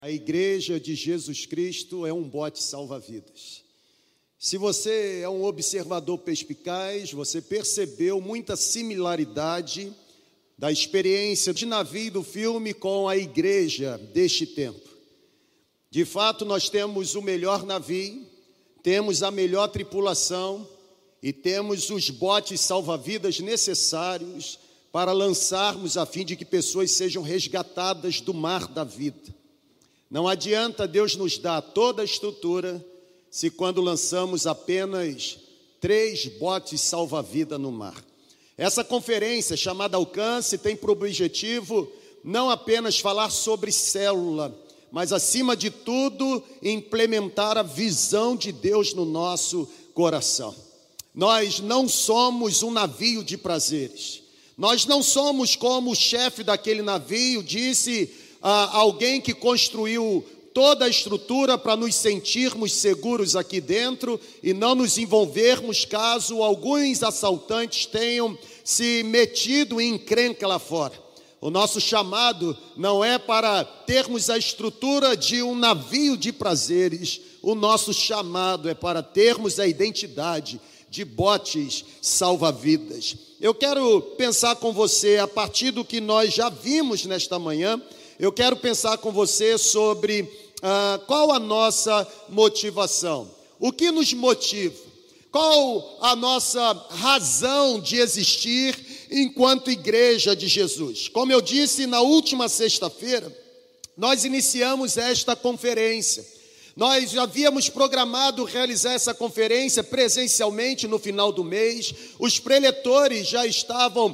A Igreja de Jesus Cristo é um bote salva-vidas. Se você é um observador perspicaz, você percebeu muita similaridade da experiência de navio do filme com a igreja deste tempo. De fato, nós temos o melhor navio, temos a melhor tripulação e temos os botes salva-vidas necessários para lançarmos a fim de que pessoas sejam resgatadas do mar da vida. Não adianta Deus nos dar toda a estrutura se quando lançamos apenas 3 botes salva-vida no mar. Essa conferência chamada Alcance tem por objetivo não apenas falar sobre célula, mas acima de tudo implementar a visão de Deus no nosso coração. Nós não somos um navio de prazeres. Nós não somos como o chefe daquele navio disse a alguém que construiu toda a estrutura para nos sentirmos seguros aqui dentro e não nos envolvermos caso alguns assaltantes tenham se metido em encrenca lá fora. O nosso chamado não é para termos a estrutura de um navio de prazeres, o nosso chamado é para termos a identidade de botes salva-vidas. Eu quero pensar com você, a partir do que nós já vimos nesta manhã, eu quero pensar com você sobre qual a nossa motivação. O que nos motiva? Qual a nossa razão de existir enquanto igreja de Jesus? Como eu disse na última sexta-feira, nós iniciamos esta conferência. Nós já havíamos programado realizar essa conferência presencialmente no final do mês. Os preletores já estavam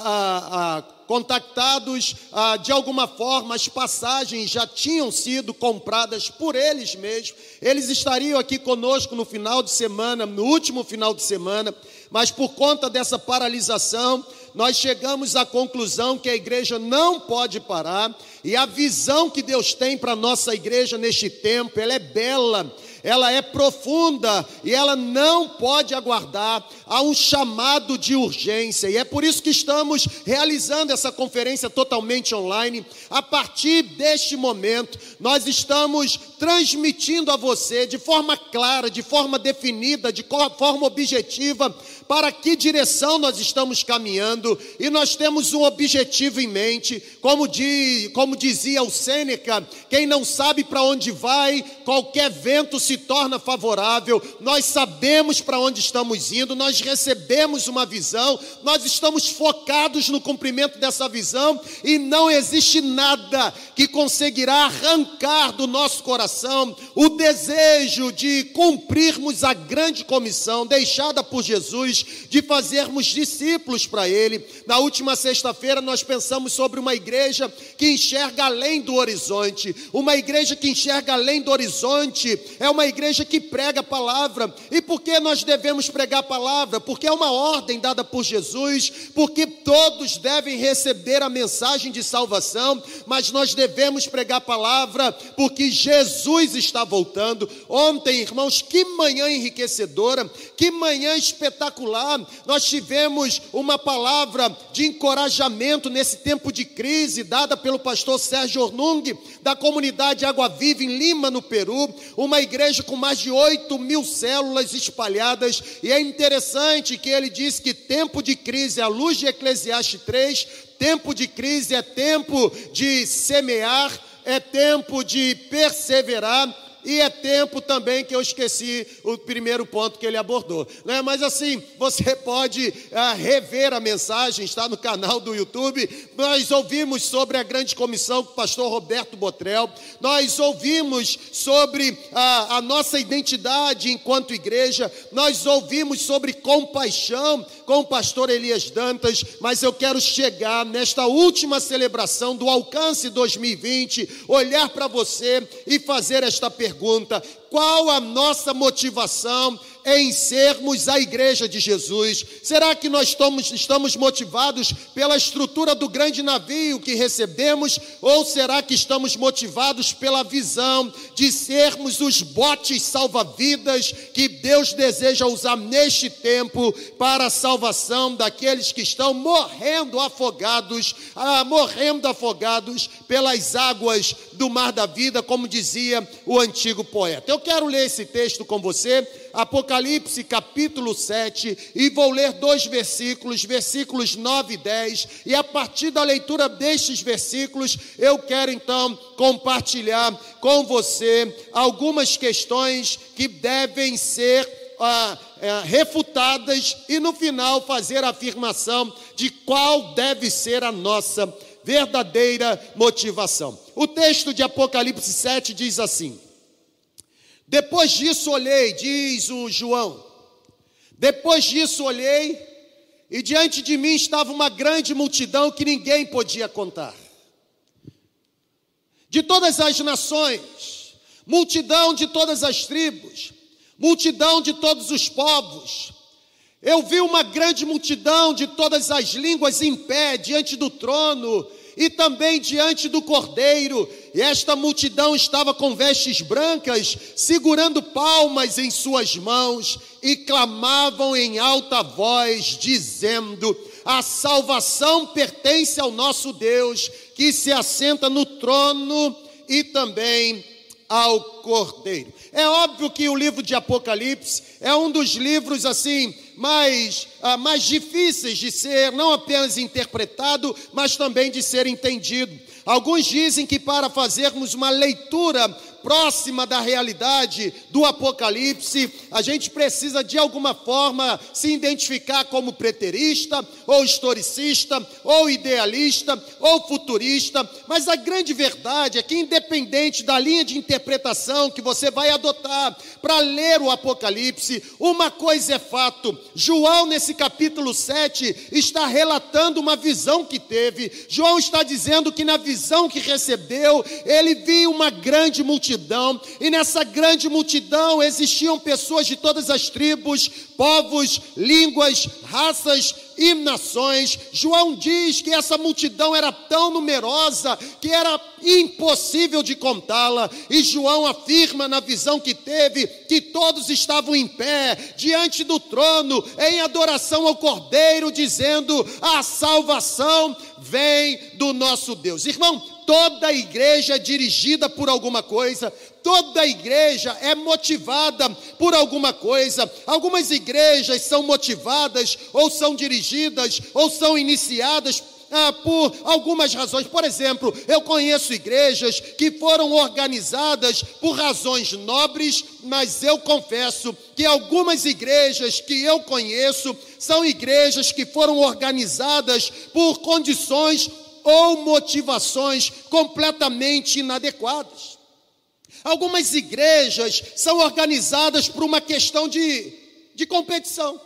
contactados, de alguma forma, as passagens já tinham sido compradas por eles mesmos. Eles estariam aqui conosco no final de semana, no último final de semana, mas por conta dessa paralisação, nós chegamos à conclusão que a igreja não pode parar, e a visão que Deus tem para a nossa igreja neste tempo, ela é bela, ela é profunda e ela não pode aguardar. Há um chamado de urgência e é por isso que estamos realizando essa conferência totalmente online. A partir deste momento, nós estamos transmitindo a você de forma clara, de forma definida, de forma objetiva, para que direção nós estamos caminhando, e nós temos um objetivo em mente, como dizia o Sêneca, quem não sabe para onde vai, qualquer vento se torna favorável. Nós sabemos para onde estamos indo, nós recebemos uma visão, nós estamos focados no cumprimento dessa visão, e não existe nada que conseguirá arrancar do nosso coração o desejo de cumprirmos a grande comissão deixada por Jesus, de fazermos discípulos para Ele. Na última sexta-feira nós pensamos sobre uma igreja que enxerga além do horizonte. Uma igreja que enxerga além do horizonte é uma igreja que prega a palavra. E por que nós devemos pregar a palavra? Porque é uma ordem dada por Jesus, porque todos devem receber a mensagem de salvação, mas nós devemos pregar a palavra porque Jesus está voltando. Ontem, irmãos, que manhã enriquecedora, que manhã espetacular. Nós tivemos uma palavra de encorajamento nesse tempo de crise, dada pelo pastor Sérgio Ornung, da comunidade Água Viva em Lima, no Peru, uma igreja com mais de 8.000 células espalhadas, e é interessante que ele diz que tempo de crise, à luz de Eclesiastes 3, tempo de crise é tempo de semear, é tempo de perseverar, e é tempo também que eu esqueci o primeiro ponto que ele abordou, né? Mas assim, você pode rever a mensagem, está no canal do YouTube. Nós ouvimos sobre a grande comissão com o pastor Roberto Botrel, nós ouvimos sobre a nossa identidade enquanto igreja, nós ouvimos sobre compaixão com o pastor Elias Dantas, mas eu quero chegar nesta última celebração do Alcance 2020, olhar para você e fazer esta pergunta: qual a nossa motivação em sermos a igreja de Jesus? Será que nós estamos motivados pela estrutura do grande navio que recebemos, ou será que estamos motivados pela visão de sermos os botes salva-vidas que Deus deseja usar neste tempo para a salvação daqueles que estão morrendo afogados pelas águas do mar da vida, como dizia o antigo poeta. Eu quero ler esse texto com você, Apocalipse capítulo 7, e vou ler 2 versículos, versículos 9 e 10, e a partir da leitura destes versículos, eu quero então compartilhar com você algumas questões que devem ser refutadas e no final fazer a afirmação de qual deve ser a nossa verdadeira motivação. O texto de Apocalipse 7 diz assim: depois disso olhei, diz o João, depois disso olhei e diante de mim estava uma grande multidão que ninguém podia contar, de todas as nações, multidão de todas as tribos, multidão de todos os povos. Eu vi uma grande multidão de todas as línguas em pé diante do trono e também diante do Cordeiro, e esta multidão estava com vestes brancas, segurando palmas em suas mãos, e clamavam em alta voz, dizendo: a salvação pertence ao nosso Deus, que se assenta no trono, e também ao Cordeiro. É óbvio que o livro de Apocalipse é um dos livros assim mais difíceis de ser não apenas interpretado, mas também de ser entendido. Alguns dizem que para fazermos uma leitura próxima da realidade do Apocalipse, a gente precisa de alguma forma se identificar como preterista, ou historicista, ou idealista, ou futurista, mas a grande verdade é que independente da linha de interpretação que você vai adotar para ler o Apocalipse, uma coisa é fato: João nesse capítulo 7 está relatando uma visão que teve. João está dizendo que na visão que recebeu, ele viu uma grande multidão, e nessa grande multidão existiam pessoas de todas as tribos, povos, línguas, raças e nações. João diz que essa multidão era tão numerosa que era impossível de contá-la, e João afirma na visão que teve que todos estavam em pé diante do trono em adoração ao Cordeiro, dizendo: a salvação vem do nosso Deus. Irmão, toda igreja é dirigida por alguma coisa, toda igreja é motivada por alguma coisa. Algumas igrejas são motivadas, ou são dirigidas, ou são iniciadas por algumas razões. Por exemplo, eu conheço igrejas que foram organizadas por razões nobres, mas eu confesso que algumas igrejas que eu conheço são igrejas que foram organizadas por condições ou motivações completamente inadequadas. Algumas igrejas são organizadas por uma questão de competição.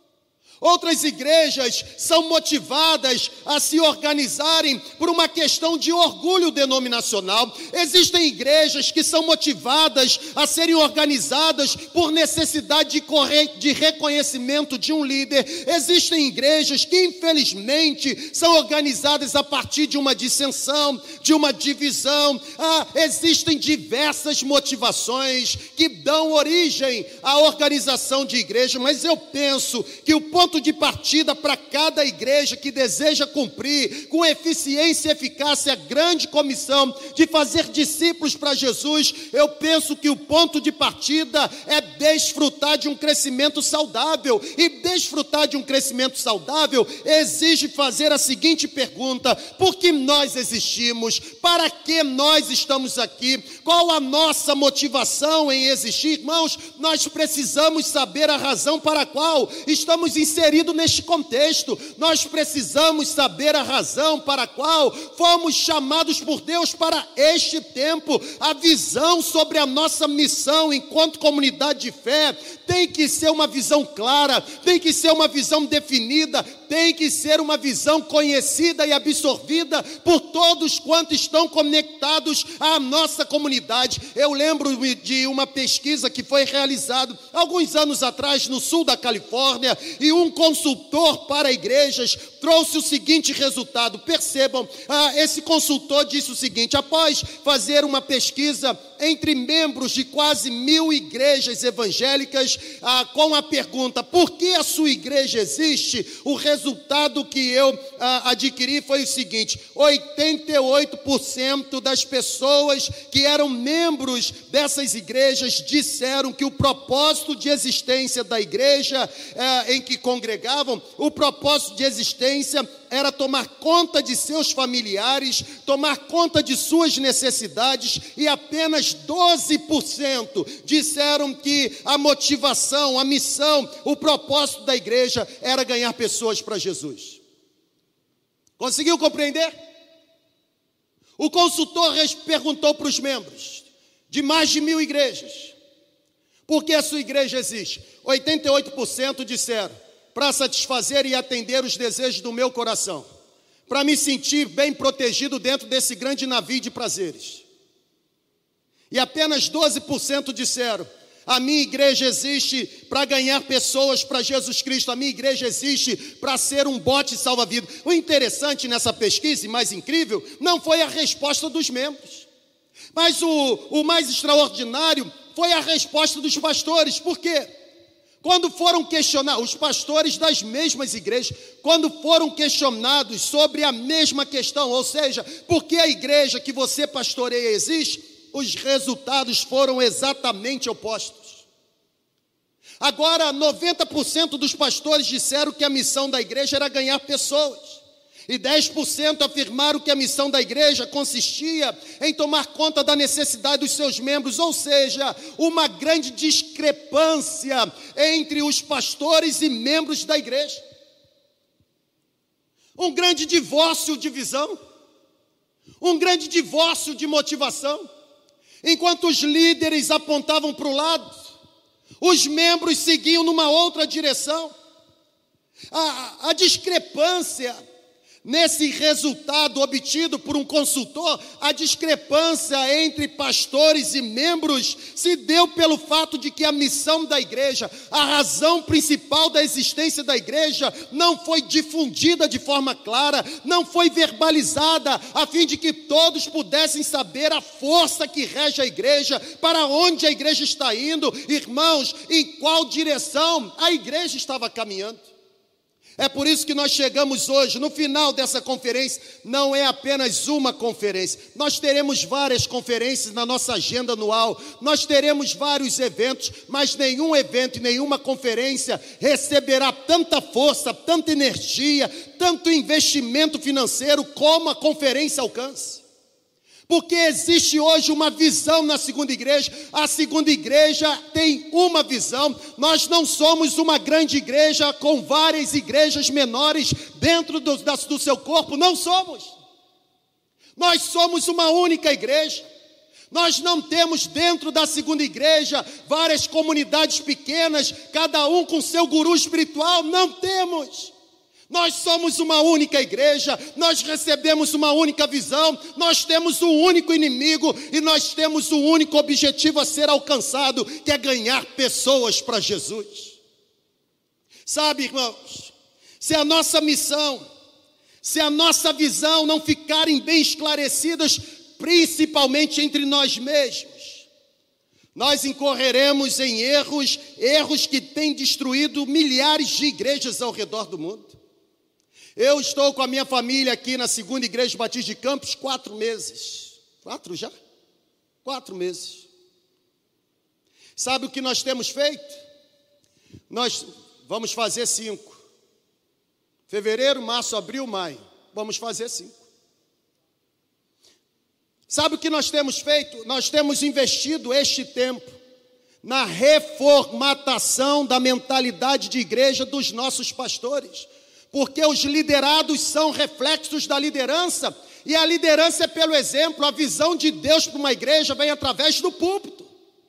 Outras igrejas são motivadas a se organizarem por uma questão de orgulho denominacional. Existem igrejas que são motivadas a serem organizadas por necessidade de reconhecimento de um líder. Existem igrejas que, infelizmente, são organizadas a partir de uma dissensão, de uma divisão. Existem diversas motivações que dão origem à organização de igreja, mas eu penso que o ponto de partida para cada igreja que deseja cumprir com eficiência e eficácia a grande comissão de fazer discípulos para Jesus, eu penso que o ponto de partida é desfrutar de um crescimento saudável. E desfrutar de um crescimento saudável exige fazer a seguinte pergunta: por que nós existimos? Para que nós estamos aqui? Qual a nossa motivação em existir? Irmãos, nós precisamos saber a razão para a qual estamos inseridos neste contexto. Nós precisamos saber a razão para a qual fomos chamados por Deus para este tempo. A visão sobre a nossa missão enquanto comunidade de fé tem que ser uma visão clara, tem que ser uma visão definida, tem que ser uma visão conhecida e absorvida por todos quantos estão conectados à nossa comunidade. Eu lembro de uma pesquisa que foi realizada alguns anos atrás no sul da Califórnia, e um consultor para igrejas trouxe o seguinte resultado. Percebam, esse consultor disse o seguinte: após fazer uma pesquisa entre membros de quase 1000 igrejas evangélicas, com a pergunta: por que a sua igreja existe? O resultado resultado que eu adquiri foi o seguinte: 88% das pessoas que eram membros dessas igrejas disseram que o propósito de existência da igreja em que congregavam, o propósito de existência era tomar conta de seus familiares, tomar conta de suas necessidades, e apenas 12% disseram que a motivação, a missão, o propósito da igreja era ganhar pessoas para Jesus. Conseguiu compreender? O consultor perguntou para os membros de mais de 1.000 igrejas: por que a sua igreja existe? 88% disseram: para satisfazer e atender os desejos do meu coração, para me sentir bem protegido dentro desse grande navio de prazeres. E apenas 12% disseram: a minha igreja existe para ganhar pessoas para Jesus Cristo, a minha igreja existe para ser um bote salva-vidas. O interessante nessa pesquisa, e mais incrível, não foi a resposta dos membros, mas o mais extraordinário foi a resposta dos pastores. Por quê? Quando foram questionados, os pastores das mesmas igrejas, quando foram questionados sobre a mesma questão, ou seja, por que a igreja que você pastoreia existe, os resultados foram exatamente opostos. Agora, 90% dos pastores disseram que a missão da igreja era ganhar pessoas, e 10% afirmaram que a missão da igreja consistia em tomar conta da necessidade dos seus membros, ou seja, uma grande discrepância entre os pastores e membros da igreja. Um grande divórcio de visão, um grande divórcio de motivação. Enquanto os líderes apontavam para o lado, os membros seguiam numa outra direção. A discrepância nesse resultado obtido por um consultor, a discrepância entre pastores e membros se deu pelo fato de que a missão da igreja, a razão principal da existência da igreja, não foi difundida de forma clara, não foi verbalizada, a fim de que todos pudessem saber a força que rege a igreja, para onde a igreja está indo, irmãos, em qual direção a igreja estava caminhando. É por isso que nós chegamos hoje, no final dessa conferência. Não é apenas uma conferência, nós teremos várias conferências na nossa agenda anual, nós teremos vários eventos, mas nenhum evento e nenhuma conferência receberá tanta força, tanta energia, tanto investimento financeiro como a conferência alcança. Porque existe hoje uma visão na segunda igreja. A segunda igreja tem uma visão. Nós não somos uma grande igreja com várias igrejas menores dentro do seu corpo. Não somos. Nós somos uma única igreja. Nós não temos dentro da segunda igreja várias comunidades pequenas, cada um com seu guru espiritual. Não temos. Nós somos uma única igreja, nós recebemos uma única visão, nós temos um único inimigo e nós temos um único objetivo a ser alcançado, que é ganhar pessoas para Jesus. Sabe, irmãos, se a nossa missão, se a nossa visão não ficarem bem esclarecidas, principalmente entre nós mesmos, nós incorreremos em erros que têm destruído milhares de igrejas ao redor do mundo. Eu estou com a minha família aqui na segunda igreja Batista de Campos 4 meses. 4 já? 4 meses. Sabe o que nós temos feito? Nós vamos fazer 5. Fevereiro, março, abril, maio. Vamos fazer 5. Sabe o que nós temos feito? Nós temos investido este tempo na reformatação da mentalidade de igreja dos nossos pastores. Porque os liderados são reflexos da liderança, e a liderança é pelo exemplo. A visão de Deus para uma igreja vem através do púlpito.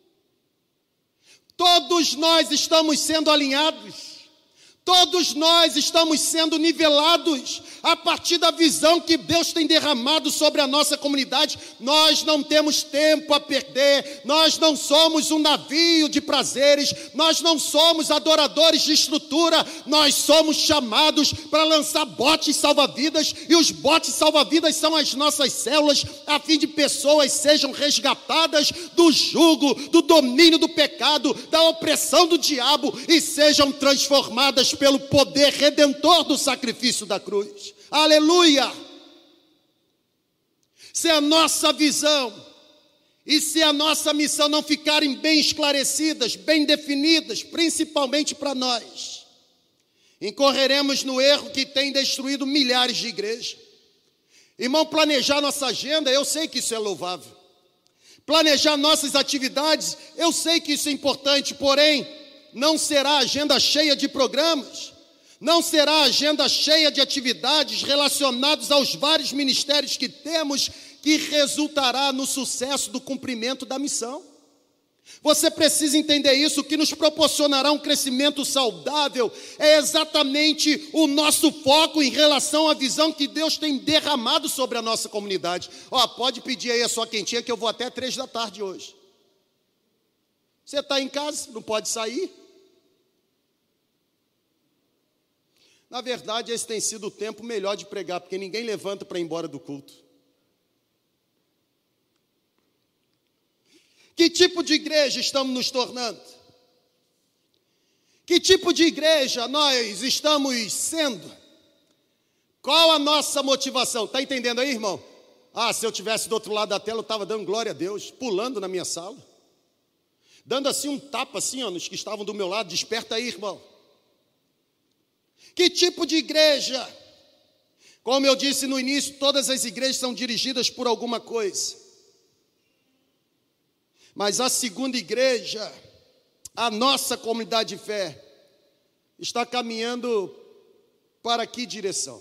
Todos nós estamos sendo alinhados, todos nós estamos sendo nivelados a partir da visão que Deus tem derramado sobre a nossa comunidade. Nós não temos tempo a perder, nós não somos um navio de prazeres, nós não somos adoradores de estrutura, nós somos chamados para lançar botes salva-vidas, e os botes salva-vidas são as nossas células, a fim de pessoas sejam resgatadas do jugo, do domínio do pecado, da opressão do diabo, e sejam transformadas pelo poder redentor do sacrifício da cruz. Aleluia! Se a nossa visão e se a nossa missão não ficarem bem esclarecidas, bem definidas, principalmente para nós, incorreremos no erro que tem destruído milhares de igrejas. Irmão, planejar nossa agenda, eu sei que isso é louvável. Planejar nossas atividades, eu sei que isso é importante, porém, não será agenda cheia de programas, não será agenda cheia de atividades relacionadas aos vários ministérios que temos, que resultará no sucesso do cumprimento da missão. Você precisa entender isso. O que nos proporcionará um crescimento saudável é exatamente o nosso foco em relação à visão que Deus tem derramado sobre a nossa comunidade. Pode pedir aí a sua quentinha que eu vou até 3 da tarde hoje. Você está em casa, não pode sair. Na verdade, esse tem sido o tempo melhor de pregar, porque ninguém levanta para ir embora do culto. Que tipo de igreja estamos nos tornando? Que tipo de igreja nós estamos sendo? Qual a nossa motivação? Está entendendo aí, irmão? Se eu estivesse do outro lado da tela, eu estava dando glória a Deus, pulando na minha sala, dando assim um tapa assim, nos que estavam do meu lado. Desperta aí, irmão. Que tipo de igreja? Como eu disse no início, todas as igrejas são dirigidas por alguma coisa. Mas a segunda igreja, a nossa comunidade de fé, está caminhando para que direção?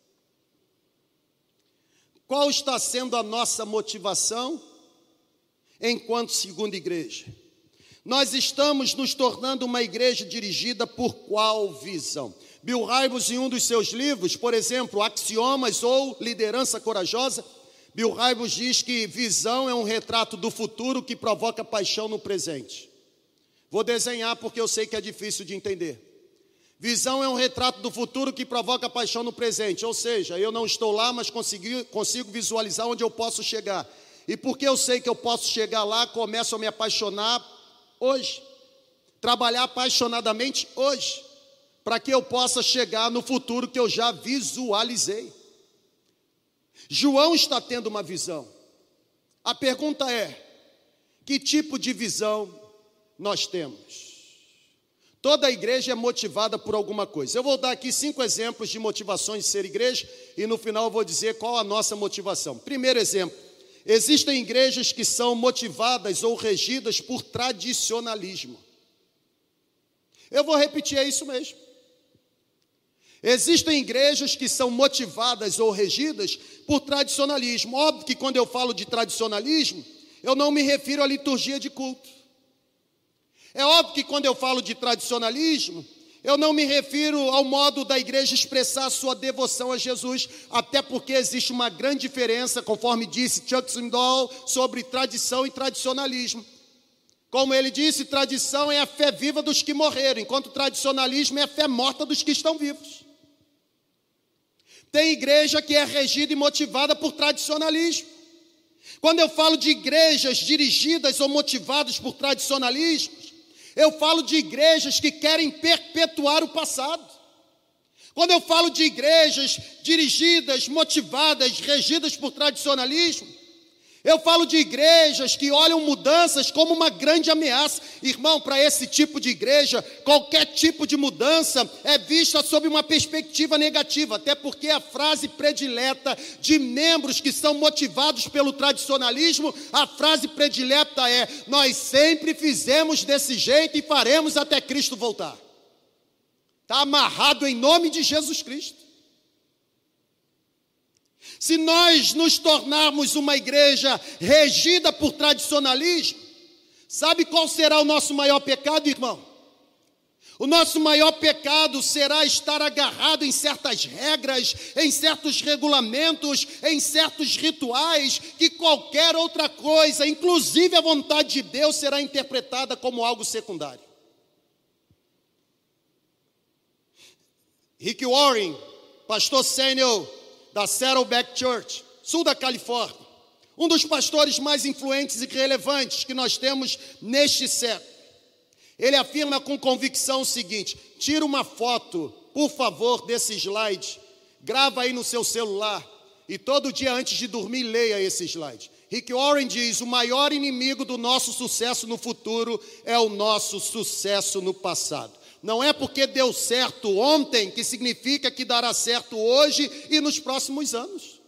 Qual está sendo a nossa motivação enquanto segunda igreja? Nós estamos nos tornando uma igreja dirigida por qual visão? Bill Hybels, em um dos seus livros, por exemplo, Axiomas ou Liderança Corajosa, Bill Hybels diz que visão é um retrato do futuro que provoca paixão no presente. Vou desenhar porque eu sei que é difícil de entender. Visão é um retrato do futuro que provoca paixão no presente, ou seja, eu não estou lá, mas consigo visualizar onde eu posso chegar. E porque eu sei que eu posso chegar lá, começo a me apaixonar hoje, trabalhar apaixonadamente hoje, para que eu possa chegar no futuro que eu já visualizei. João está tendo uma visão. A pergunta é: que tipo de visão nós temos? Toda igreja é motivada por alguma coisa. Eu vou dar aqui 5 exemplos de motivações de ser igreja e no final eu vou dizer qual a nossa motivação. Primeiro exemplo: existem igrejas que são motivadas ou regidas por tradicionalismo. Eu vou repetir, é isso mesmo. Existem igrejas que são motivadas ou regidas por tradicionalismo. Óbvio que quando eu falo de tradicionalismo, eu não me refiro à liturgia de culto. É óbvio que quando eu falo de tradicionalismo, eu não me refiro ao modo da igreja expressar a sua devoção a Jesus, até porque existe uma grande diferença, conforme disse Chuck Swindoll, sobre tradição e tradicionalismo. Como ele disse, tradição é a fé viva dos que morreram, enquanto tradicionalismo é a fé morta dos que estão vivos. Tem igreja que é regida e motivada por tradicionalismo. Quando eu falo de igrejas dirigidas ou motivadas por tradicionalismos, eu falo de igrejas que querem perpetuar o passado. Quando eu falo de igrejas dirigidas, motivadas, regidas por tradicionalismo, eu falo de igrejas que olham mudanças como uma grande ameaça. Irmão, para esse tipo de igreja, qualquer tipo de mudança é vista sob uma perspectiva negativa, até porque a frase predileta de membros que são motivados pelo tradicionalismo, a frase predileta é: nós sempre fizemos desse jeito e faremos até Cristo voltar. Está amarrado em nome de Jesus Cristo. Se nós nos tornarmos uma igreja regida por tradicionalismo, sabe qual será o nosso maior pecado, irmão? O nosso maior pecado será estar agarrado em certas regras, em certos regulamentos, em certos rituais, que qualquer outra coisa, inclusive a vontade de Deus, será interpretada como algo secundário. Rick Warren, pastor sênior da Saddleback Church, sul da Califórnia, um dos pastores mais influentes e relevantes que nós temos neste século. Ele afirma com convicção o seguinte: tira uma foto, por favor, desse slide, grava aí no seu celular e todo dia antes de dormir leia esse slide. Rick Warren diz: o maior inimigo do nosso sucesso no futuro é o nosso sucesso no passado. Não é porque deu certo ontem que significa que dará certo hoje e nos próximos anos.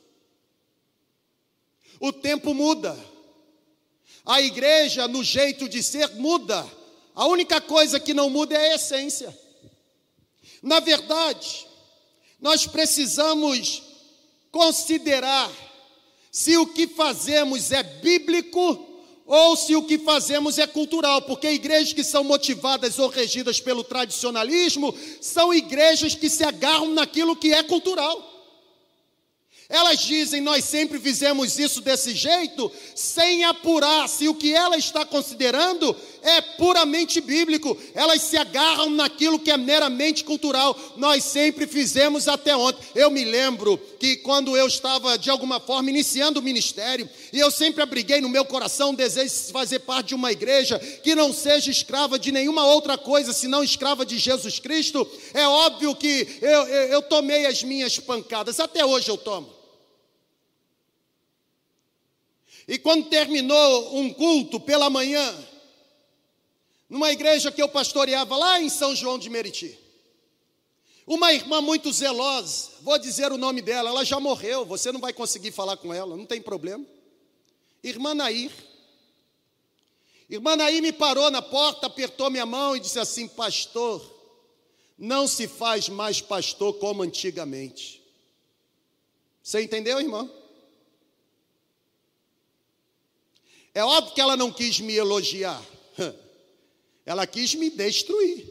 O tempo muda. A igreja, no jeito de ser, muda. A única coisa que não muda é a essência. Na verdade, nós precisamos considerar se o que fazemos é bíblico ou se o que fazemos é cultural, porque igrejas que são motivadas ou regidas pelo tradicionalismo são igrejas que se agarram naquilo que é cultural. Elas dizem: nós sempre fizemos isso desse jeito, sem apurar se o que ela está considerando é puramente bíblico. Elas se agarram naquilo que é meramente cultural. Nós sempre fizemos até ontem. Eu me lembro que quando eu estava, de alguma forma, iniciando o ministério, e eu sempre abriguei no meu coração o desejo de fazer parte de uma igreja que não seja escrava de nenhuma outra coisa, senão escrava de Jesus Cristo. É óbvio que eu tomei as minhas pancadas, até hoje eu tomo. E quando terminou um culto pela manhã, numa igreja que eu pastoreava lá em São João de Meriti, uma irmã muito zelosa, vou dizer o nome dela, ela já morreu, você não vai conseguir falar com ela, não tem problema. Irmã Nair. Irmã Nair me parou na porta, apertou minha mão e disse assim: pastor, não se faz mais pastor como antigamente. Você entendeu, irmão? É óbvio que ela não quis me elogiar, ela quis me destruir.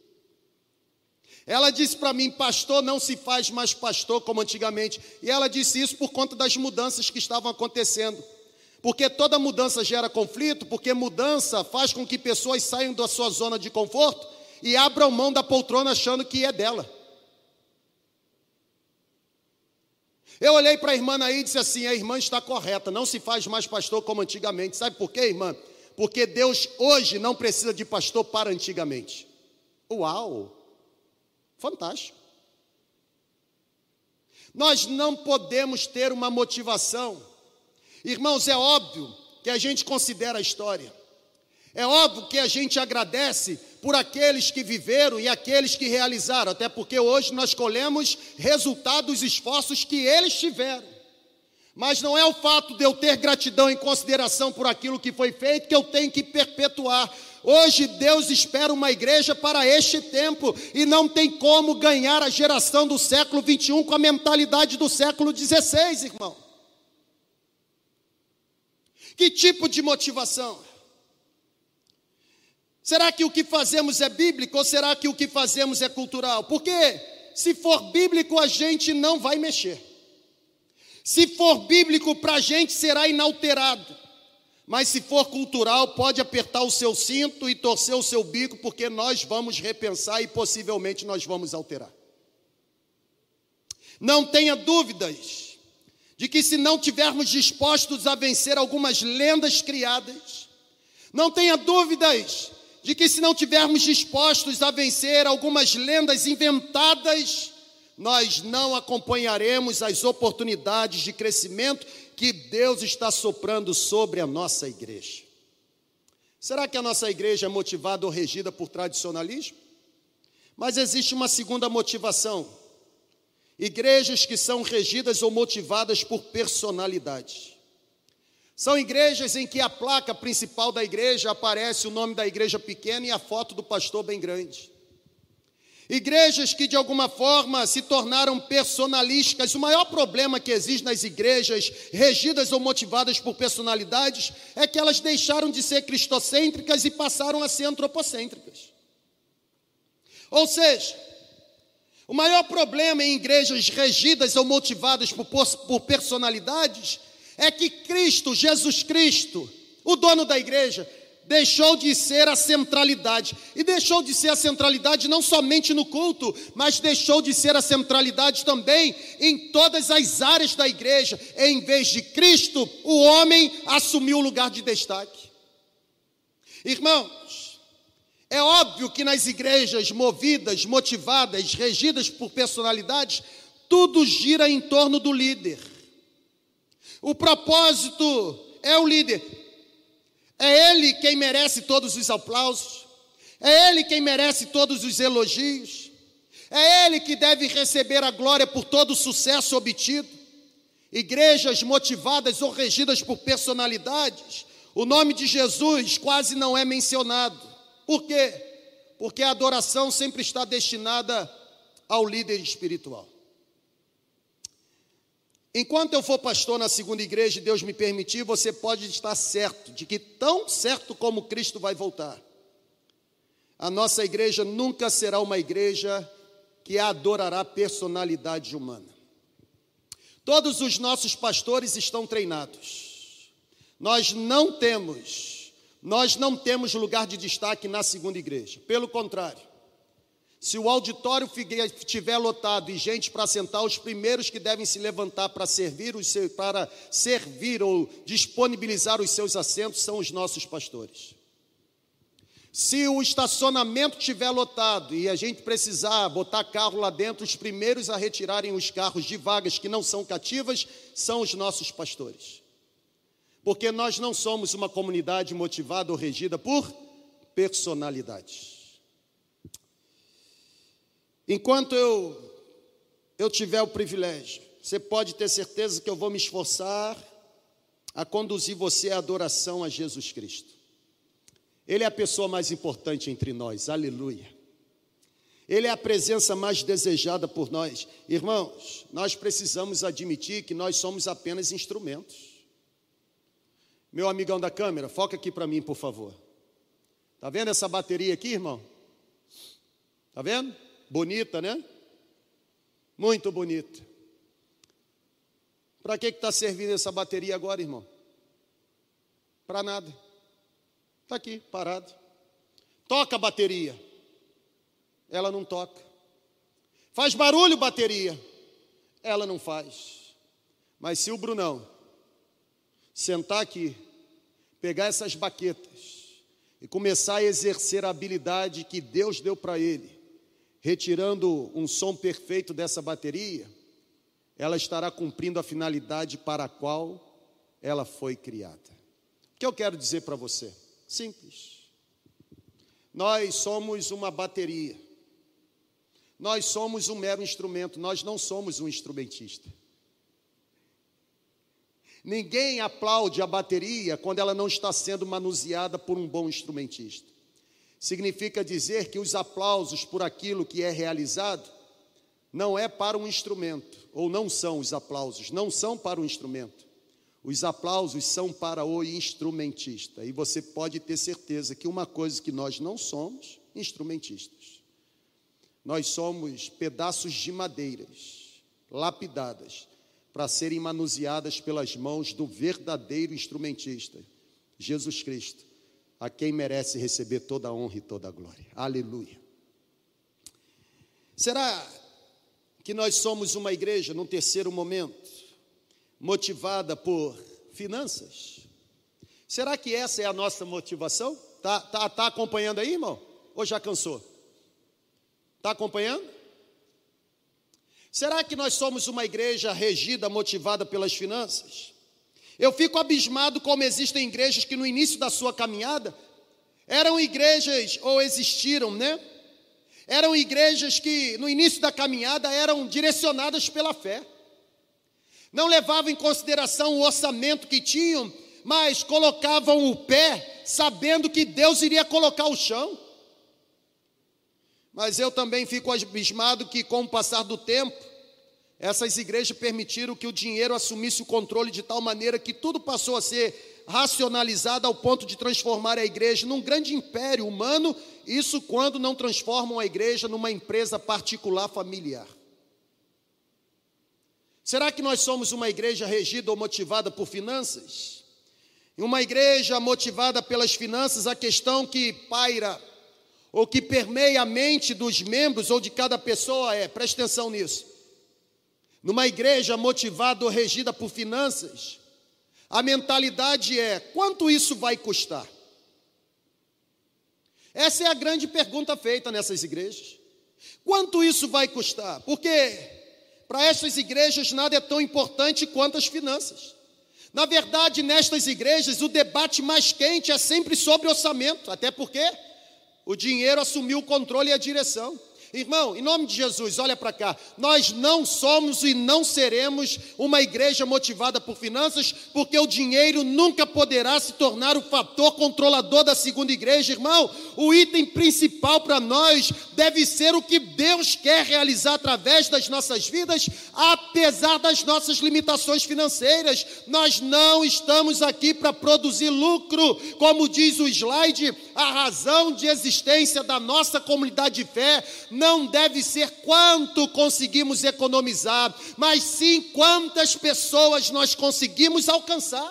Ela disse para mim: pastor, não se faz mais pastor como antigamente. E ela disse isso por conta das mudanças que estavam acontecendo. Porque toda mudança gera conflito, porque mudança faz com que pessoas saiam da sua zona de conforto e abram mão da poltrona achando que é dela. Eu olhei para a irmã aí e disse assim: a irmã está correta, não se faz mais pastor como antigamente. Sabe por quê, irmã? Porque Deus hoje não precisa de pastor para antigamente. Uau! Fantástico. Nós não podemos ter uma motivação. Irmãos, é óbvio que a gente considera a história. É óbvio que a gente agradece por aqueles que viveram e aqueles que realizaram, até porque hoje nós colhemos resultado dos esforços que eles tiveram. Mas não é o fato de eu ter gratidão e consideração por aquilo que foi feito que eu tenho que perpetuar. Hoje Deus espera uma igreja para este tempo e não tem como ganhar a geração do século 21 com a mentalidade do século 16, irmão. Que tipo de motivação? Será que o que fazemos é bíblico ou será que o que fazemos é cultural? Porque se for bíblico a gente não vai mexer. Se for bíblico para a gente será inalterado. Mas se for cultural pode apertar o seu cinto e torcer o seu bico, porque nós vamos repensar e possivelmente nós vamos alterar. Não tenha dúvidas de que se não tivermos dispostos a vencer algumas lendas criadas, não tenha dúvidas de que se não tivermos dispostos a vencer algumas lendas inventadas, nós não acompanharemos as oportunidades de crescimento que Deus está soprando sobre a nossa igreja. Será que a nossa igreja é motivada ou regida por tradicionalismo? Mas existe uma segunda motivação. Igrejas que são regidas ou motivadas por personalidade. São igrejas em que a placa principal da igreja aparece o nome da igreja pequena e a foto do pastor bem grande. Igrejas que de alguma forma se tornaram personalísticas. O maior problema que existe nas igrejas regidas ou motivadas por personalidades é que elas deixaram de ser cristocêntricas e passaram a ser antropocêntricas. Ou seja, o maior problema em igrejas regidas ou motivadas por personalidades é que Cristo, Jesus Cristo, o dono da igreja, deixou de ser a centralidade. E deixou de ser a centralidade não somente no culto, mas deixou de ser a centralidade também em todas as áreas da igreja. Em vez de Cristo, o homem assumiu o lugar de destaque. Irmãos, É óbvio que nas igrejas movidas, motivadas, regidas por personalidades, tudo gira em torno do líder. O propósito é o líder. É ele quem merece todos os aplausos. É ele quem merece todos os elogios. É ele que deve receber a glória por todo o sucesso obtido. Igrejas motivadas ou regidas por personalidades, o nome de Jesus quase não é mencionado. Por quê? Porque a adoração sempre está destinada ao líder espiritual. Enquanto eu for pastor na segunda igreja e Deus me permitir, você pode estar certo de que tão certo como Cristo vai voltar, a nossa igreja nunca será uma igreja que adorará personalidade humana. Todos os nossos pastores estão treinados. Nós não temos lugar de destaque na segunda igreja. Pelo contrário, se o auditório estiver lotado e gente para sentar, os primeiros que devem se levantar para servir ou disponibilizar os seus assentos são os nossos pastores. Se o estacionamento estiver lotado e a gente precisar botar carro lá dentro, os primeiros a retirarem os carros de vagas que não são cativas são os nossos pastores. Porque nós não somos uma comunidade motivada ou regida por personalidades. Enquanto eu tiver o privilégio, você pode ter certeza que eu vou me esforçar a conduzir você à adoração a Jesus Cristo. Ele é a pessoa mais importante entre nós, aleluia. Ele é a presença mais desejada por nós. Irmãos, nós precisamos admitir que nós somos apenas instrumentos. Meu amigão da câmera, foca aqui para mim, por favor. Está vendo essa bateria aqui, irmão? Está vendo? Bonita, né? Muito bonita. Para que está servindo essa bateria agora, irmão? Para nada. Está aqui, parado. Toca a bateria. Ela não toca. Faz barulho, bateria. Ela não faz. Mas se o Brunão sentar aqui, pegar essas baquetas e começar a exercer a habilidade que Deus deu para ele, retirando um som perfeito dessa bateria, ela estará cumprindo a finalidade para a qual ela foi criada. O que eu quero dizer para você? Simples. Nós somos uma bateria. Nós somos um mero instrumento. Nós não somos um instrumentista. Ninguém aplaude a bateria quando ela não está sendo manuseada por um bom instrumentista. Significa dizer que os aplausos por aquilo que é realizado não é para um instrumento, ou não são os aplausos, não são para o instrumento. Os aplausos são para o instrumentista. E você pode ter certeza que uma coisa que nós não somos, instrumentistas. Nós somos pedaços de madeiras, lapidadas, para serem manuseadas pelas mãos do verdadeiro instrumentista, Jesus Cristo, a quem merece receber toda a honra e toda a glória. Aleluia. Será que nós somos uma igreja, num terceiro momento, motivada por finanças? Será que essa é a nossa motivação? Tá acompanhando aí, irmão? Ou já cansou? Está acompanhando? Será que nós somos uma igreja regida, motivada pelas finanças? Eu fico abismado como existem igrejas que no início da sua caminhada eram igrejas, ou existiram, né? Eram igrejas que no início da caminhada eram direcionadas pela fé. Não levavam em consideração o orçamento que tinham, mas colocavam o pé, sabendo que Deus iria colocar o chão. Mas eu também fico abismado que, com o passar do tempo, essas igrejas permitiram que o dinheiro assumisse o controle de tal maneira que tudo passou a ser racionalizado ao ponto de transformar a igreja num grande império humano, isso quando não transformam a igreja numa empresa particular familiar. Será que nós somos uma igreja regida ou motivada por finanças? Em uma igreja motivada pelas finanças, a questão que paira ou que permeia a mente dos membros ou de cada pessoa é, preste atenção nisso, numa igreja motivada ou regida por finanças, a mentalidade é, quanto isso vai custar? Essa é a grande pergunta feita nessas igrejas. Quanto isso vai custar? Porque para estas igrejas nada é tão importante quanto as finanças. Na verdade, nestas igrejas, o debate mais quente é sempre sobre orçamento, até porque o dinheiro assumiu o controle e a direção. Irmão, em nome de Jesus, olha para cá, nós não somos e não seremos uma igreja motivada por finanças, porque o dinheiro nunca poderá se tornar o fator controlador da segunda igreja, irmão. O item principal para nós deve ser o que Deus quer realizar através das nossas vidas, apesar das nossas limitações financeiras. Nós não estamos aqui para produzir lucro, como diz o slide, a razão de existência da nossa comunidade de fé não deve ser quanto conseguimos economizar, mas sim quantas pessoas nós conseguimos alcançar.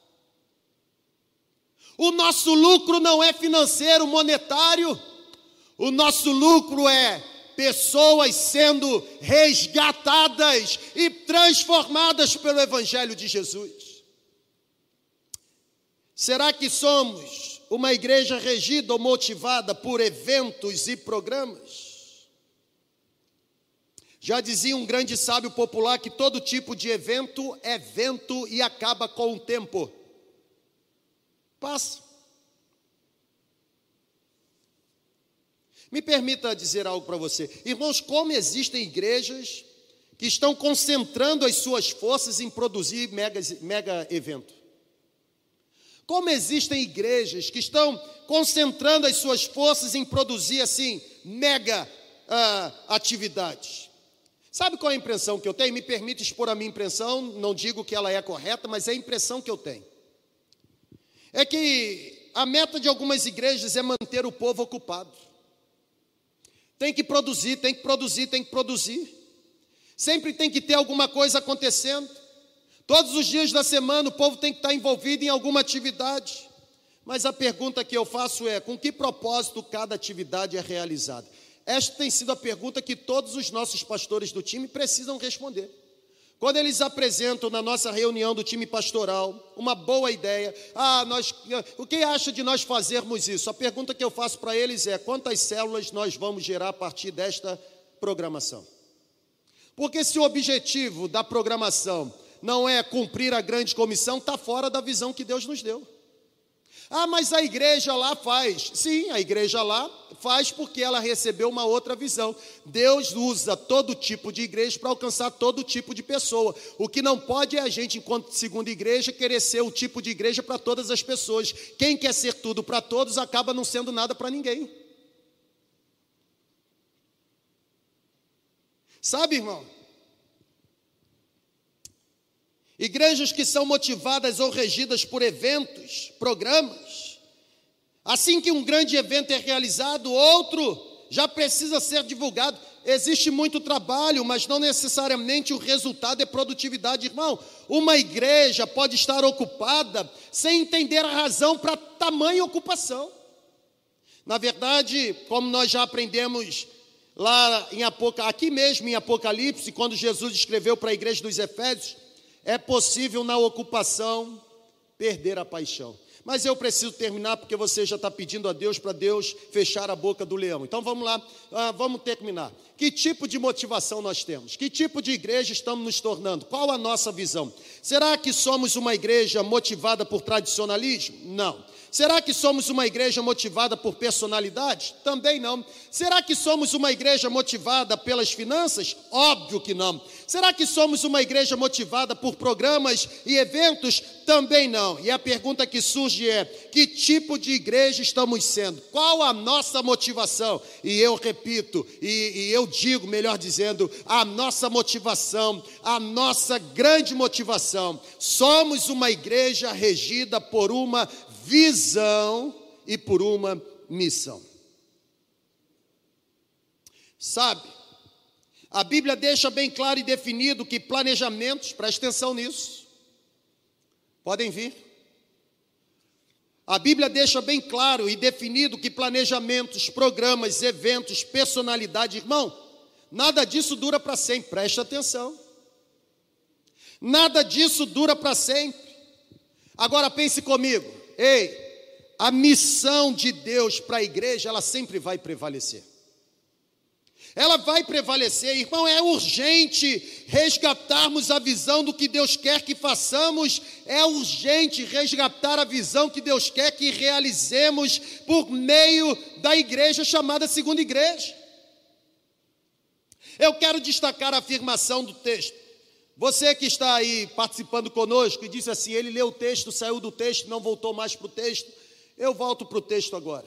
O nosso lucro não é financeiro, monetário. O nosso lucro é pessoas sendo resgatadas e transformadas pelo Evangelho de Jesus. Será que somos uma igreja regida ou motivada por eventos e programas? Já dizia um grande sábio popular que todo tipo de evento é vento e acaba com o tempo. Passa. Me permita dizer algo para você. Irmãos, como existem igrejas que estão concentrando as suas forças em produzir mega evento. Como existem igrejas que estão concentrando as suas forças em produzir assim, mega atividades. Sabe qual é a impressão que eu tenho? Me permite expor a minha impressão, não digo que ela é correta, mas é a impressão que eu tenho. É que a meta de algumas igrejas é manter o povo ocupado. Tem que produzir, tem que produzir, tem que produzir. Sempre tem que ter alguma coisa acontecendo. Todos os dias da semana o povo tem que estar envolvido em alguma atividade. Mas a pergunta que eu faço é, com que propósito cada atividade é realizada? Esta tem sido a pergunta que todos os nossos pastores do time precisam responder. Quando eles apresentam na nossa reunião do time pastoral uma boa ideia, o que acha de nós fazermos isso? A pergunta que eu faço para eles é, quantas células nós vamos gerar a partir desta programação? Porque se o objetivo da programação não é cumprir a grande comissão, está fora da visão que Deus nos deu. Mas a igreja lá faz. Sim, a igreja lá faz porque ela recebeu uma outra visão. Deus usa todo tipo de igreja para alcançar todo tipo de pessoa. O que não pode é a gente, enquanto segunda igreja, querer ser o tipo de igreja para todas as pessoas. Quem quer ser tudo para todos acaba não sendo nada para ninguém. Sabe, irmão? Igrejas que são motivadas ou regidas por eventos, programas. Assim que um grande evento é realizado, outro já precisa ser divulgado. Existe muito trabalho, mas não necessariamente o resultado é produtividade. Irmão, uma igreja pode estar ocupada sem entender a razão para tamanha ocupação. Na verdade, como nós já aprendemos lá aqui mesmo em Apocalipse, quando Jesus escreveu para a igreja dos Efésios, é possível na ocupação perder a paixão. Mas eu preciso terminar porque você já está pedindo a Deus para Deus fechar a boca do leão. Então vamos lá, vamos terminar. Que tipo de motivação nós temos? Que tipo de igreja estamos nos tornando? Qual a nossa visão? Será que somos uma igreja motivada por tradicionalismo? Não. Será que somos uma igreja motivada por personalidade? Também não. Será que somos uma igreja motivada pelas finanças? Óbvio que não. Será que somos uma igreja motivada por programas e eventos? Também não. E a pergunta que surge é, que tipo de igreja estamos sendo? Qual a nossa motivação? E eu repito, e eu digo, melhor dizendo, a nossa motivação, a nossa grande motivação, somos uma igreja regida por uma visão e por uma missão. Sabe, a Bíblia deixa bem claro e definido que planejamentos, preste atenção nisso, podem vir. A Bíblia deixa bem claro e definido que planejamentos, programas, eventos, personalidade, irmão, nada disso dura para sempre, preste atenção. Nada disso dura para sempre. Agora pense comigo. Ei, a missão de Deus para a igreja, ela sempre vai prevalecer. Ela vai prevalecer, irmão. É urgente resgatarmos a visão do que Deus quer que façamos. É urgente resgatar a visão que Deus quer que realizemos por meio da igreja chamada segunda igreja. Eu quero destacar a afirmação do texto. Você que está aí participando conosco e disse assim: ele leu o texto, saiu do texto, não voltou mais para o texto. Eu volto para o texto agora.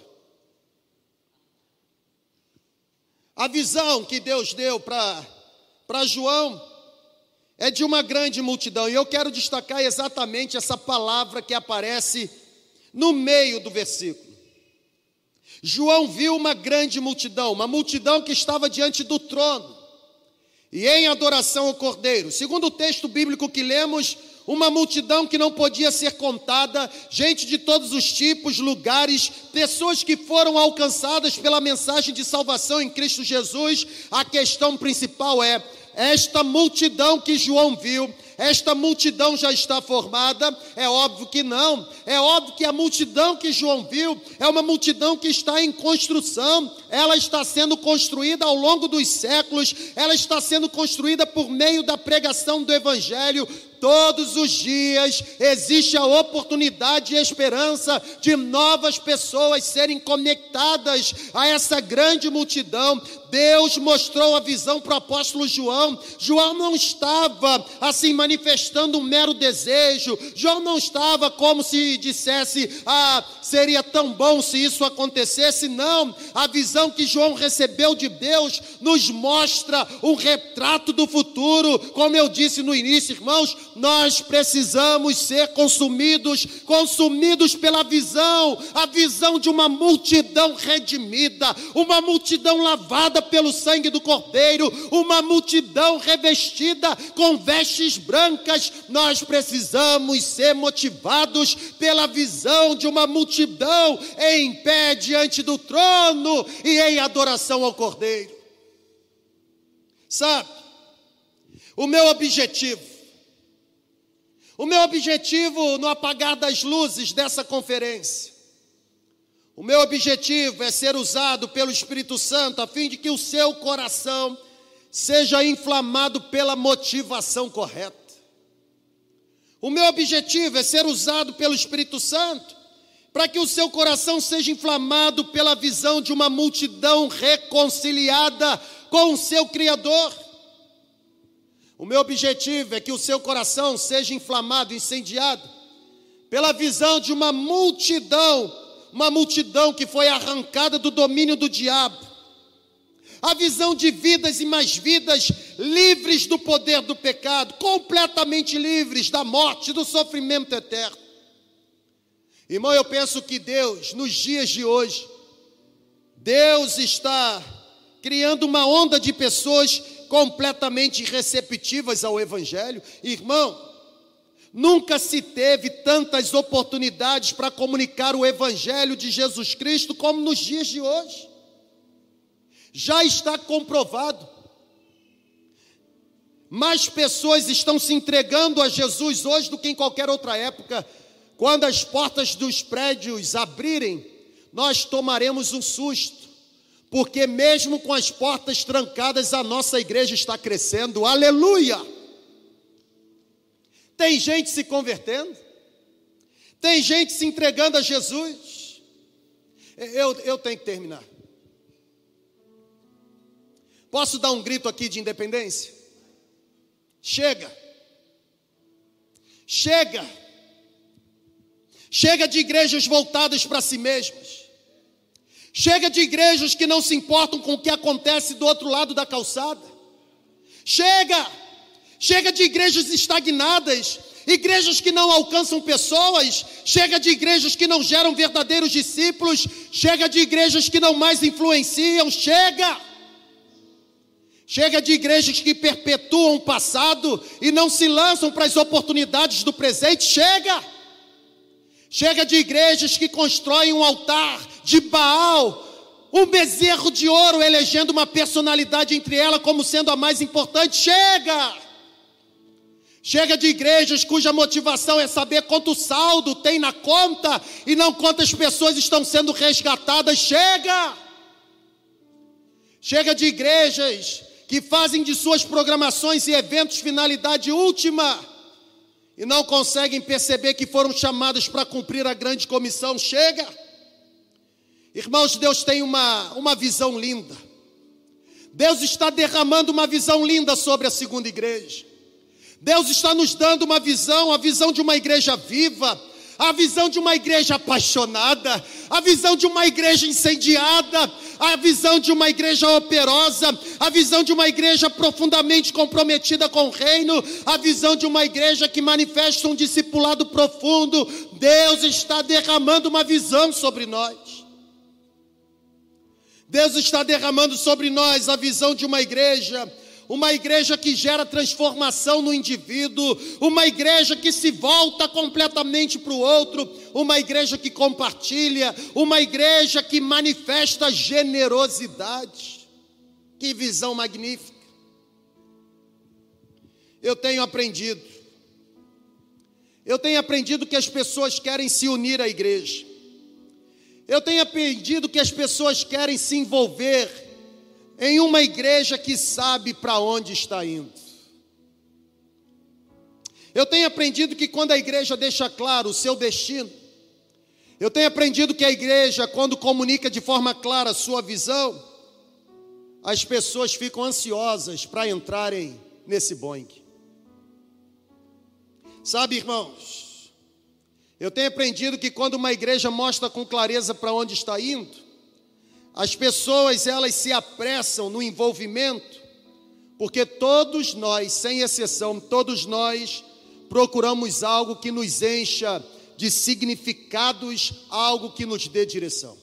A visão que Deus deu para João é de uma grande multidão. E eu quero destacar exatamente essa palavra que aparece no meio do versículo. João viu uma grande multidão, uma multidão que estava diante do trono e em adoração ao Cordeiro. Segundo o texto bíblico que lemos, uma multidão que não podia ser contada, gente de todos os tipos, lugares, pessoas que foram alcançadas pela mensagem de salvação em Cristo Jesus. A questão principal é: esta multidão que João viu, esta multidão já está formada? É óbvio que não. É óbvio que a multidão que João viu é uma multidão que está em construção. Ela está sendo construída ao longo dos séculos. Ela está sendo construída por meio da pregação do Evangelho. Todos os dias existe a oportunidade e a esperança de novas pessoas serem conectadas a essa grande multidão. Deus mostrou a visão para o apóstolo João. João não estava assim manifestando um mero desejo. João não estava como se dissesse: seria tão bom se isso acontecesse. Não, a visão que João recebeu de Deus nos mostra um retrato do futuro. Como eu disse no início, irmãos, nós precisamos ser consumidos pela visão, a visão de uma multidão redimida, uma multidão lavada pelo sangue do Cordeiro, uma multidão revestida com vestes brancas. Nós precisamos ser motivados pela visão de uma multidão em pé diante do trono e em adoração ao Cordeiro. Sabe, o meu objetivo no apagar das luzes dessa conferência, o meu objetivo é ser usado pelo Espírito Santo a fim de que o seu coração seja inflamado pela motivação correta. O meu objetivo é ser usado pelo Espírito Santo para que o seu coração seja inflamado pela visão de uma multidão reconciliada com o seu Criador. O meu objetivo é que o seu coração seja inflamado, incendiado pela visão de uma multidão que foi arrancada do domínio do diabo. A visão de vidas e mais vidas livres do poder do pecado, completamente livres da morte e do sofrimento eterno. Irmão, eu penso que Deus, nos dias de hoje, Deus está criando uma onda de pessoas completamente receptivas ao Evangelho. Irmão, nunca se teve tantas oportunidades para comunicar o Evangelho de Jesus Cristo como nos dias de hoje. Já está comprovado. Mais pessoas estão se entregando a Jesus hoje do que em qualquer outra época. Quando as portas dos prédios abrirem, nós tomaremos um susto. Porque mesmo com as portas trancadas, a nossa igreja está crescendo. Aleluia! Tem gente se convertendo. Tem gente se entregando a Jesus. Eu tenho que terminar. Posso dar um grito aqui de independência? Chega! Chega! Chega de igrejas voltadas para si mesmas. Chega de igrejas que não se importam com o que acontece do outro lado da calçada. Chega! Chega de igrejas estagnadas, igrejas que não alcançam pessoas. Chega de igrejas que não geram verdadeiros discípulos. Chega de igrejas que não mais influenciam. Chega! Chega de igrejas que perpetuam o passado e não se lançam para as oportunidades do presente. Chega! Chega de igrejas que constroem um altar de Baal, um bezerro de ouro, elegendo uma personalidade entre elas como sendo a mais importante. Chega! Chega de igrejas cuja motivação é saber quanto saldo tem na conta e não quantas pessoas estão sendo resgatadas. Chega! Chega de igrejas que fazem de suas programações e eventos finalidade última e não conseguem perceber que foram chamadas para cumprir a grande comissão. Chega! Irmãos, Deus tem uma visão linda. Deus está derramando uma visão linda sobre a segunda igreja. Deus está nos dando uma visão, a visão de uma igreja viva, a visão de uma igreja apaixonada, a visão de uma igreja incendiada, a visão de uma igreja operosa, a visão de uma igreja profundamente comprometida com o reino, a visão de uma igreja que manifesta um discipulado profundo. Deus está derramando uma visão sobre nós. Deus está derramando sobre nós a visão de uma igreja que gera transformação no indivíduo, uma igreja que se volta completamente para o outro, uma igreja que compartilha, uma igreja que manifesta generosidade. Que visão magnífica! Eu tenho aprendido que as pessoas querem se unir à igreja. Eu tenho aprendido que as pessoas querem se envolver em uma igreja que sabe para onde está indo. Eu tenho aprendido que quando a igreja deixa claro o seu destino, eu tenho aprendido que a igreja, quando comunica de forma clara a sua visão, as pessoas ficam ansiosas para entrarem nesse Boeing. Sabe, irmãos, eu tenho aprendido que quando uma igreja mostra com clareza para onde está indo, as pessoas, elas se apressam no envolvimento, porque todos nós, sem exceção, todos nós procuramos algo que nos encha de significados, algo que nos dê direção.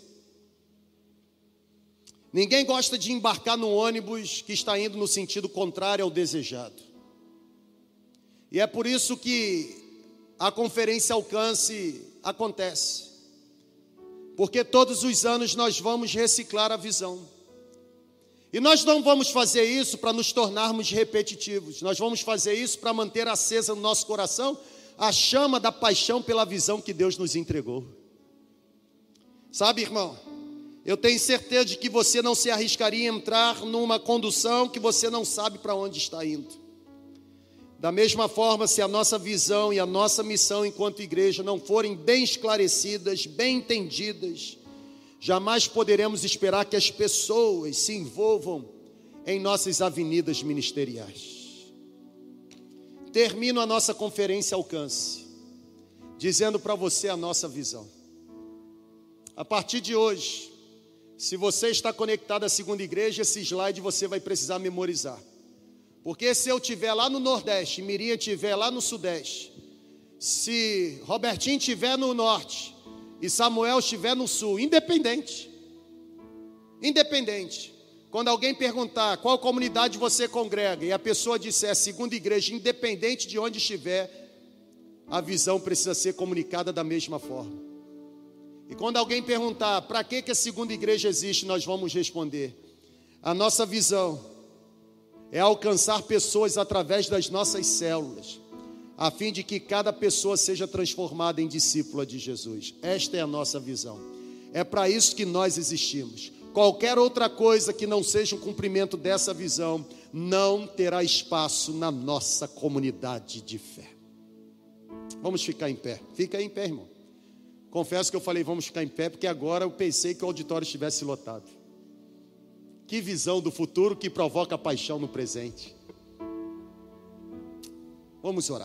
Ninguém gosta de embarcar num ônibus que está indo no sentido contrário ao desejado. E é por isso que a conferência Alcance acontece. Porque todos os anos nós vamos reciclar a visão. E nós não vamos fazer isso para nos tornarmos repetitivos. Nós vamos fazer isso para manter acesa no nosso coração a chama da paixão pela visão que Deus nos entregou. Sabe, irmão, eu tenho certeza de que você não se arriscaria a entrar numa condução que você não sabe para onde está indo. Da mesma forma, se a nossa visão e a nossa missão enquanto igreja não forem bem esclarecidas, bem entendidas, jamais poderemos esperar que as pessoas se envolvam em nossas avenidas ministeriais. Termino a nossa conferência Alcance, dizendo para você a nossa visão. A partir de hoje, se você está conectado à segunda igreja, esse slide você vai precisar memorizar. Porque se eu estiver lá no Nordeste, Miriam estiver lá no Sudeste, se Robertinho estiver no Norte e Samuel estiver no Sul, independente, quando alguém perguntar qual comunidade você congrega e a pessoa disser segunda igreja, independente de onde estiver, a visão precisa ser comunicada da mesma forma. E quando alguém perguntar para que a segunda igreja existe, nós vamos responder: a nossa visão é alcançar pessoas através das nossas células, a fim de que cada pessoa seja transformada em discípula de Jesus. Esta é a nossa visão. É para isso que nós existimos. Qualquer outra coisa que não seja o cumprimento dessa visão não terá espaço na nossa comunidade de fé. Vamos ficar em pé. Fica aí em pé, irmão. Confesso que eu falei vamos ficar em pé porque agora eu pensei que o auditório estivesse lotado. Que visão do futuro que provoca paixão no presente. Vamos orar.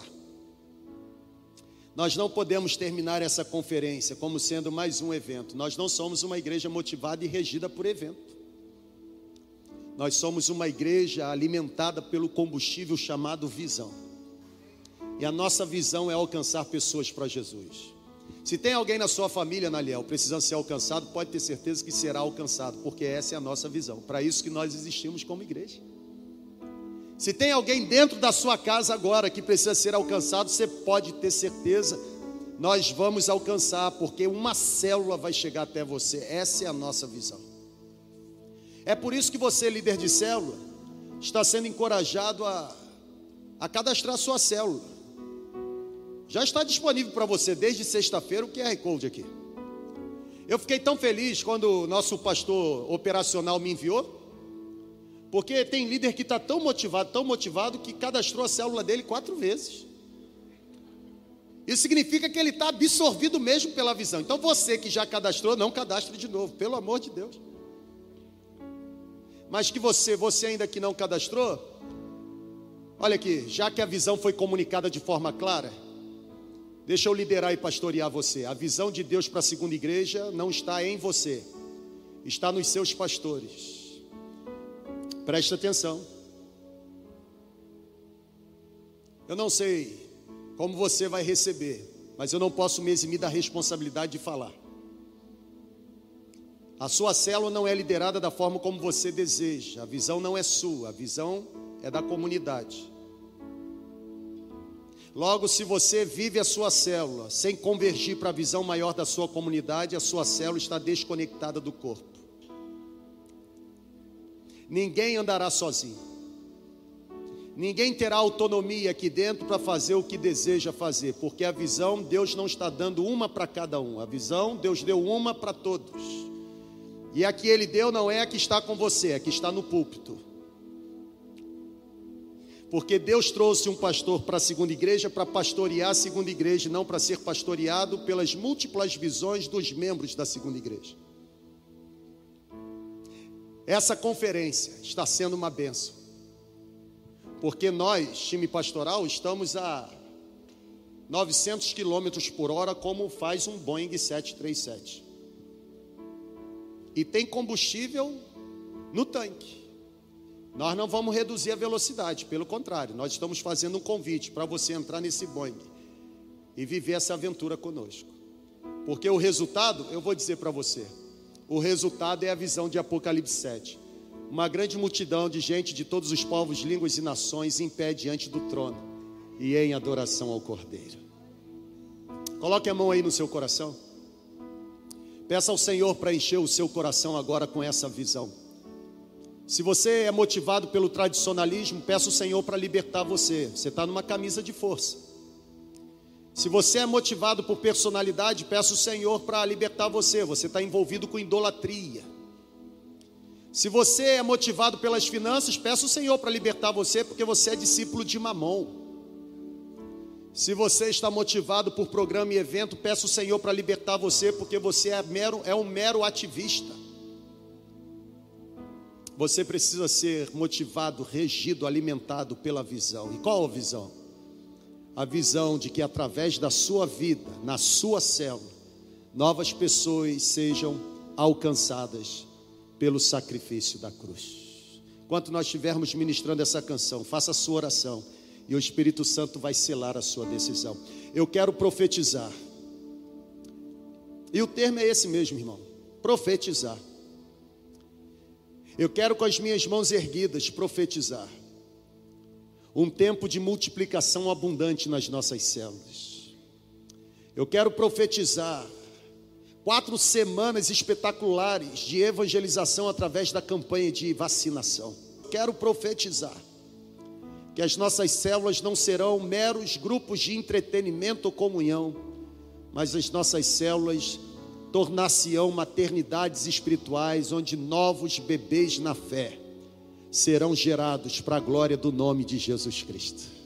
Nós não podemos terminar essa conferência como sendo mais um evento. Nós não somos uma igreja motivada e regida por evento. Nós somos uma igreja alimentada pelo combustível chamado visão. E a nossa visão é alcançar pessoas para Jesus. Se tem alguém na sua família, Naliel, precisando ser alcançado, pode ter certeza que será alcançado, porque essa é a nossa visão. Para isso que nós existimos como igreja. Se tem alguém dentro da sua casa agora que precisa ser alcançado, você pode ter certeza, nós vamos alcançar, porque uma célula vai chegar até você. Essa é a nossa visão. É por isso que você, líder de célula, está sendo encorajado a a cadastrar a sua célula. Já está disponível para você desde sexta-feira o QR Code aqui. Eu fiquei tão feliz quando o nosso pastor operacional me enviou, porque tem líder que está tão motivado, que cadastrou a célula dele 4 vezes. Isso significa que ele está absorvido mesmo pela visão. Então você que já cadastrou, não cadastre de novo, pelo amor de Deus. Mas que você ainda que não cadastrou, olha aqui, já que a visão foi comunicada de forma clara, deixa eu liderar e pastorear você. A visão de Deus para a segunda igreja não está em você, está nos seus pastores. Preste atenção. Eu não sei como você vai receber, mas eu não posso me eximir da responsabilidade de falar. A sua célula não é liderada da forma como você deseja. A visão não é sua, a visão é da comunidade. Logo, se você vive a sua célula sem convergir para a visão maior da sua comunidade, a sua célula está desconectada do corpo. Ninguém andará sozinho. Ninguém terá autonomia aqui dentro para fazer o que deseja fazer, porque a visão, Deus não está dando uma para cada um. A visão, Deus deu uma para todos. E a que Ele deu não é a que está com você, é a que está no púlpito. Porque Deus trouxe um pastor para a segunda igreja para pastorear a segunda igreja, não para ser pastoreado pelas múltiplas visões dos membros da segunda igreja. Essa conferência está sendo uma bênção, porque nós, time pastoral, estamos a 900 km por hora, como faz um Boeing 737. E tem combustível no tanque. Nós não vamos reduzir a velocidade, pelo contrário, nós estamos fazendo um convite para você entrar nesse Boeing e viver essa aventura conosco. Porque o resultado, eu vou dizer para você, o resultado é a visão de Apocalipse 7. Uma grande multidão de gente de todos os povos, línguas e nações em pé diante do trono e em adoração ao Cordeiro. Coloque a mão aí no seu coração. Peça ao Senhor para encher o seu coração agora com essa visão. Se você é motivado pelo tradicionalismo, peça ao Senhor para libertar você. Você está numa camisa de força. Se você é motivado por personalidade, peça ao Senhor para libertar você. Você está envolvido com idolatria. Se você é motivado pelas finanças, peça ao Senhor para libertar você, porque você é discípulo de Mamon. Se você está motivado por programa e evento, peça ao Senhor para libertar você, porque você é um mero ativista. Você precisa ser motivado, regido, alimentado pela visão. E qual a visão? A visão de que através da sua vida, na sua célula, novas pessoas sejam alcançadas pelo sacrifício da cruz. Enquanto nós estivermos ministrando essa canção, faça a sua oração e o Espírito Santo vai selar a sua decisão. Eu quero profetizar. E o termo é esse mesmo, irmão, profetizar. Eu quero com as minhas mãos erguidas profetizar um tempo de multiplicação abundante nas nossas células. Eu quero profetizar 4 semanas espetaculares de evangelização através da campanha de vacinação. Quero profetizar que as nossas células não serão meros grupos de entretenimento ou comunhão, mas as nossas células tornar-se-ão maternidades espirituais, onde novos bebês na fé serão gerados para a glória do nome de Jesus Cristo.